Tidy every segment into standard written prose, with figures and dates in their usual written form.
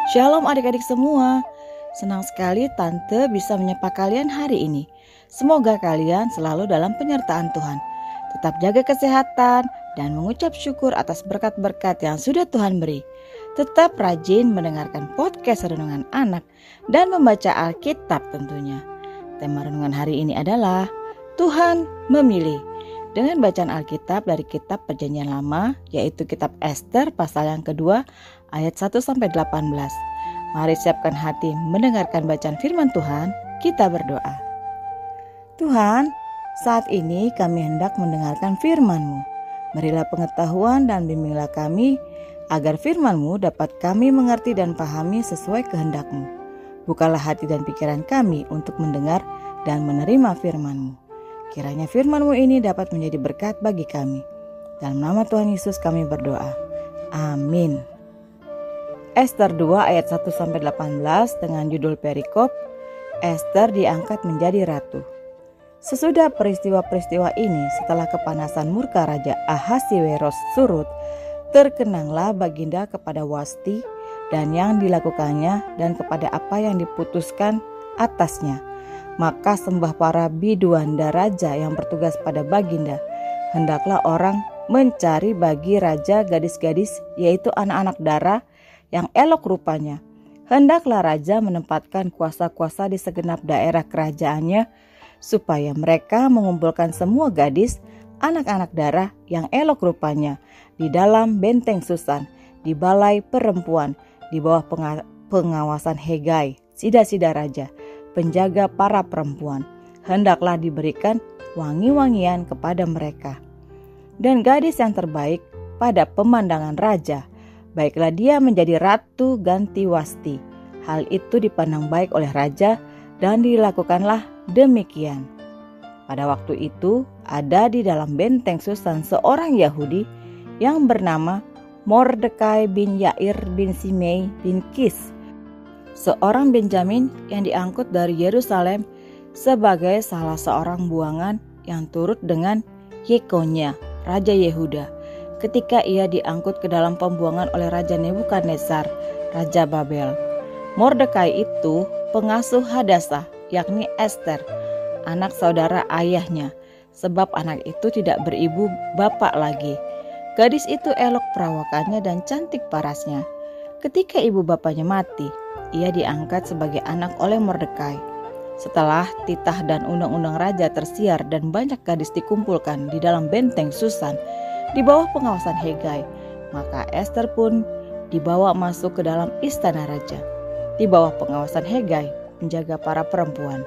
Shalom adik-adik semua. Senang sekali Tante bisa menyapa kalian hari ini. Semoga kalian selalu dalam penyertaan Tuhan. Tetap jaga kesehatan dan mengucap syukur atas berkat-berkat yang sudah Tuhan beri. Tetap rajin mendengarkan podcast Renungan Anak dan membaca Alkitab tentunya. Tema renungan hari ini adalah Tuhan memilih. Dengan bacaan Alkitab dari kitab Perjanjian Lama, yaitu kitab Ester pasal yang kedua ayat 1-18. Mari siapkan hati mendengarkan bacaan firman Tuhan, kita berdoa. Tuhan, saat ini kami hendak mendengarkan firman-Mu. Berilah pengetahuan dan bimbinglah kami, agar firman-Mu dapat kami mengerti dan pahami sesuai kehendak-Mu. Bukalah hati dan pikiran kami untuk mendengar dan menerima firman-Mu. Kiranya firman-Mu ini dapat menjadi berkat bagi kami. Dalam nama Tuhan Yesus kami berdoa. Amin. Ester 2 ayat 1-18 dengan judul perikop, Ester diangkat menjadi ratu. Sesudah peristiwa-peristiwa ini, setelah kepanasan murka Raja Ahasiweros surut, terkenanglah Baginda kepada Wasti dan yang dilakukannya dan kepada apa yang diputuskan atasnya. Maka sembah para biduanda raja yang bertugas pada Baginda. Hendaklah orang mencari bagi raja gadis-gadis, yaitu anak-anak dara yang elok rupanya. Hendaklah raja menempatkan kuasa-kuasa di segenap daerah kerajaannya, supaya mereka mengumpulkan semua gadis, anak-anak dara yang elok rupanya, di dalam benteng Susan, di balai perempuan, di bawah pengawasan Hegai, sida-sida raja, penjaga para perempuan. Hendaklah diberikan wangi-wangian kepada mereka. Dan gadis yang terbaik pada pemandangan raja, baiklah dia menjadi ratu ganti Wasti. Hal itu dipandang baik oleh raja dan dilakukanlah demikian. Pada waktu itu ada di dalam benteng Susan seorang Yahudi yang bernama Mordekai bin Yair bin Simei bin Kis, seorang Benjamin yang diangkut dari Yerusalem sebagai salah seorang buangan yang turut dengan Yekonia, Raja Yehuda, ketika ia diangkut ke dalam pembuangan oleh Raja Nebukadnezar, Raja Babel. Mordekai itu pengasuh Hadasa, yakni Ester, anak saudara ayahnya, sebab anak itu tidak beribu bapak lagi. Gadis itu elok perawakannya dan cantik parasnya. Ketika ibu bapaknya mati, ia diangkat sebagai anak oleh Mordekai. Setelah titah dan undang-undang raja tersiar dan banyak gadis dikumpulkan di dalam benteng Susan di bawah pengawasan Hegai, maka Ester pun dibawa masuk ke dalam istana raja di bawah pengawasan Hegai, penjaga para perempuan.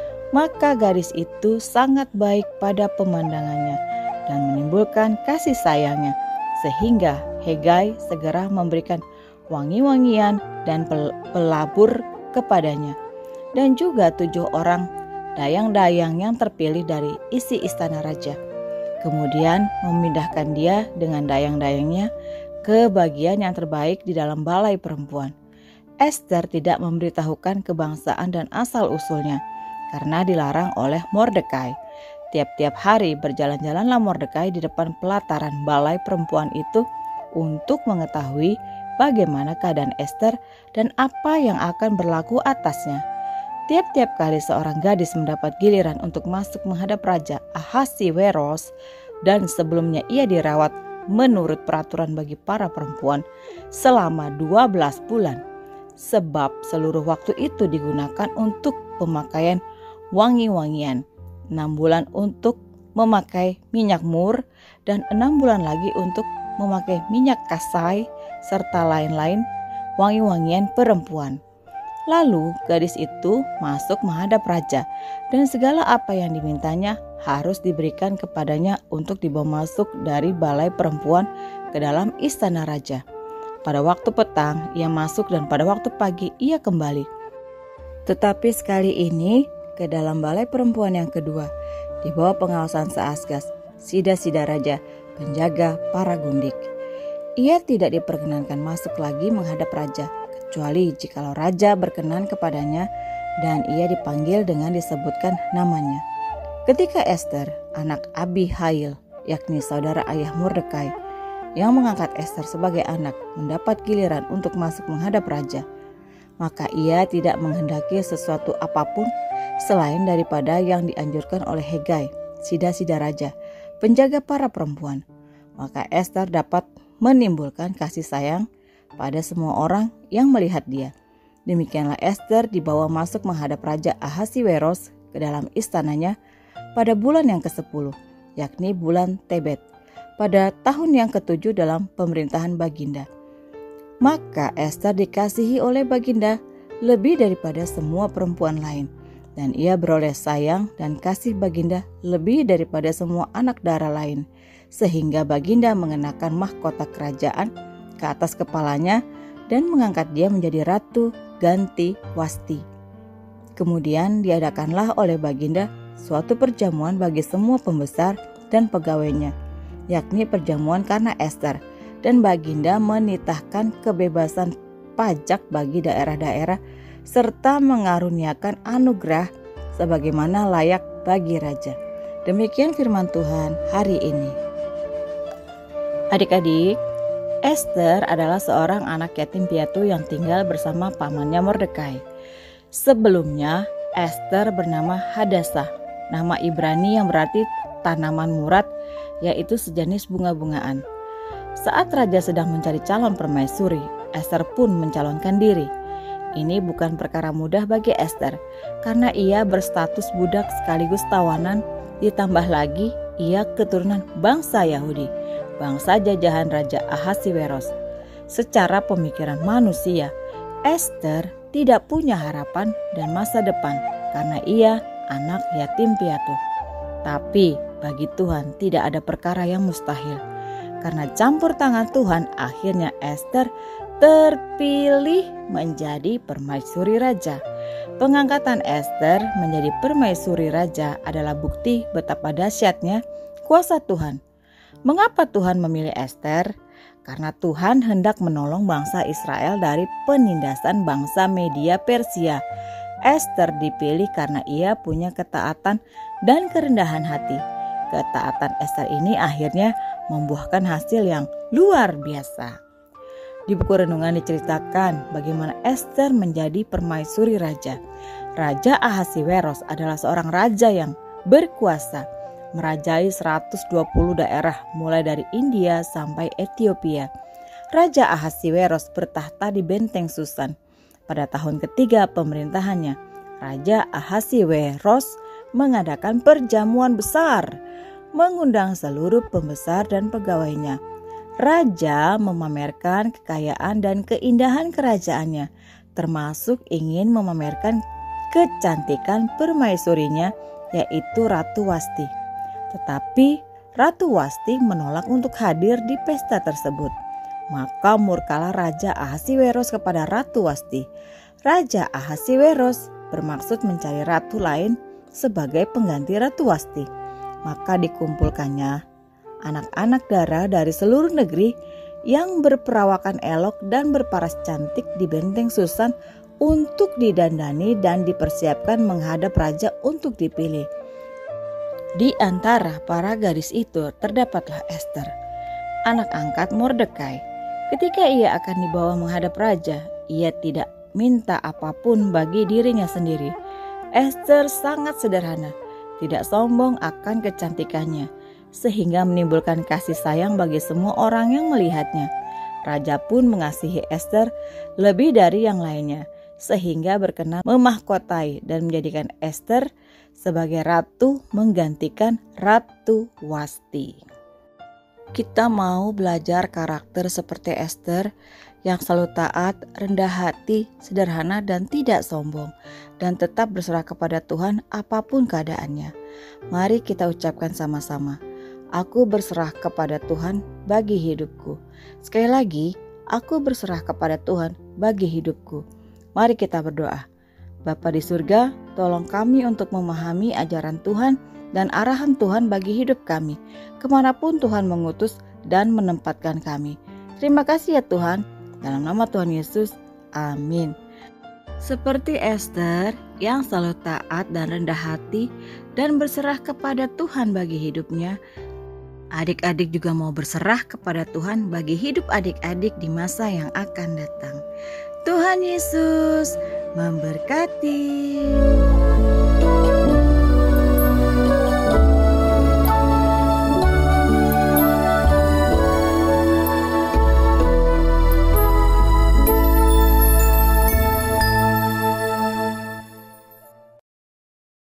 Maka gadis itu sangat baik pada pemandangannya dan menimbulkan kasih sayangnya, sehingga Hegai segera memberikan wangi-wangian dan pelabur kepadanya, dan juga 7 orang dayang-dayang yang terpilih dari isi istana raja. Kemudian memindahkan dia dengan dayang-dayangnya ke bagian yang terbaik di dalam balai perempuan. Ester tidak memberitahukan kebangsaan dan asal-usulnya karena dilarang oleh Mordekai. Tiap-tiap hari berjalan-jalanlah Mordekai di depan pelataran balai perempuan itu untuk mengetahui bagaimana keadaan Ester dan apa yang akan berlaku atasnya. Tiap-tiap kali seorang gadis mendapat giliran untuk masuk menghadap Raja Ahasiweros, dan sebelumnya ia dirawat menurut peraturan bagi para perempuan selama 12 bulan. Sebab seluruh waktu itu digunakan untuk pemakaian wangi-wangian, 6 bulan untuk memakai minyak mur, dan 6 bulan lagi untuk memakai minyak kasai, serta lain-lain wangi-wangian perempuan. Lalu gadis itu masuk menghadap raja, dan segala apa yang dimintanya harus diberikan kepadanya untuk dibawa masuk dari balai perempuan ke dalam istana raja. Pada waktu petang ia masuk dan pada waktu pagi ia kembali. Tetapi sekali ini ke dalam balai perempuan yang kedua, di bawah pengawasan Saasgas, sida-sida raja, penjaga para gundik. Ia tidak diperkenankan masuk lagi menghadap raja, kecuali jikalau raja berkenan kepadanya dan ia dipanggil dengan disebutkan namanya. Ketika Ester, anak Abihail, yakni saudara ayah Mordekai, yang mengangkat Ester sebagai anak, mendapat giliran untuk masuk menghadap raja, maka ia tidak menghendaki sesuatu apapun selain daripada yang dianjurkan oleh Hegai, sida-sida raja, penjaga para perempuan. Maka Ester dapat menimbulkan kasih sayang pada semua orang yang melihat dia. Demikianlah Ester dibawa masuk menghadap Raja Ahasiweros ke dalam istananya pada bulan yang ke-10, yakni bulan Tebet, pada tahun yang ke-7 dalam pemerintahan Baginda. Maka Ester dikasihi oleh Baginda lebih daripada semua perempuan lain, dan ia beroleh sayang dan kasih Baginda lebih daripada semua anak dara lain, sehingga Baginda mengenakan mahkota kerajaan ke atas kepalanya dan mengangkat dia menjadi Ratu ganti Wasti. Kemudian diadakanlah oleh Baginda suatu perjamuan bagi semua pembesar dan pegawainya, yakni perjamuan karena Ester, dan Baginda menitahkan kebebasan pajak bagi daerah-daerah serta mengaruniakan anugerah sebagaimana layak bagi raja. Demikian firman Tuhan hari ini. Adik-adik, Ester adalah seorang anak yatim piatu yang tinggal bersama pamannya Mordekai. Sebelumnya, Ester bernama Hadassah, nama Ibrani yang berarti tanaman murad, yaitu sejenis bunga-bungaan. Saat raja sedang mencari calon permaisuri, Ester pun mencalonkan diri. Ini bukan perkara mudah bagi Ester, karena ia berstatus budak sekaligus tawanan, ditambah lagi ia keturunan bangsa Yahudi, bangsa jajahan Raja Ahasiweros. Secara pemikiran manusia, Ester tidak punya harapan dan masa depan karena ia anak yatim piatu. Tapi bagi Tuhan tidak ada perkara yang mustahil. Karena campur tangan Tuhan, akhirnya Ester terpilih menjadi permaisuri raja. Pengangkatan Ester menjadi permaisuri raja adalah bukti betapa dahsyatnya kuasa Tuhan. Mengapa Tuhan memilih Ester? Karena Tuhan hendak menolong bangsa Israel dari penindasan bangsa Media Persia. Ester dipilih karena ia punya ketaatan dan kerendahan hati. Ketaatan Ester ini akhirnya membuahkan hasil yang luar biasa. Di buku renungan diceritakan bagaimana Ester menjadi permaisuri raja. Raja Ahasiweros adalah seorang raja yang berkuasa, merajai 120 daerah mulai dari India sampai Ethiopia. Raja Ahasiweros bertahta di benteng Susan. Pada tahun ketiga pemerintahannya, Raja Ahasiweros mengadakan perjamuan besar, mengundang seluruh pembesar dan pegawainya. Raja memamerkan kekayaan dan keindahan kerajaannya, termasuk ingin memamerkan kecantikan permaisurinya, yaitu Ratu Wasti. Tetapi Ratu Wasti menolak untuk hadir di pesta tersebut. Maka murkalah Raja Ahasiweros kepada Ratu Wasti. Raja Ahasiweros bermaksud mencari ratu lain sebagai pengganti Ratu Wasti. Maka dikumpulkannya anak-anak dara dari seluruh negeri yang berperawakan elok dan berparas cantik di benteng Susan untuk didandani dan dipersiapkan menghadap raja untuk dipilih. Di antara para gadis itu terdapatlah Ester, anak angkat Mordekai. Ketika ia akan dibawa menghadap raja, ia tidak minta apapun bagi dirinya sendiri. Ester sangat sederhana, tidak sombong akan kecantikannya, sehingga menimbulkan kasih sayang bagi semua orang yang melihatnya. Raja pun mengasihi Ester lebih dari yang lainnya, sehingga berkenan memahkotai dan menjadikan Ester sebagai ratu menggantikan Ratu Wasti. Kita mau belajar karakter seperti Ester yang selalu taat, rendah hati, sederhana dan tidak sombong, dan tetap berserah kepada Tuhan apapun keadaannya. Mari kita ucapkan sama-sama, aku berserah kepada Tuhan bagi hidupku. Sekali lagi, aku berserah kepada Tuhan bagi hidupku. Mari kita berdoa. Bapa di surga, tolong kami untuk memahami ajaran Tuhan dan arahan Tuhan bagi hidup kami, kemanapun Tuhan mengutus dan menempatkan kami. Terima kasih ya Tuhan, dalam nama Tuhan Yesus, amin. Seperti Ester yang selalu taat dan rendah hati dan berserah kepada Tuhan bagi hidupnya, adik-adik juga mau berserah kepada Tuhan bagi hidup adik-adik di masa yang akan datang. Tuhan Yesus memberkati.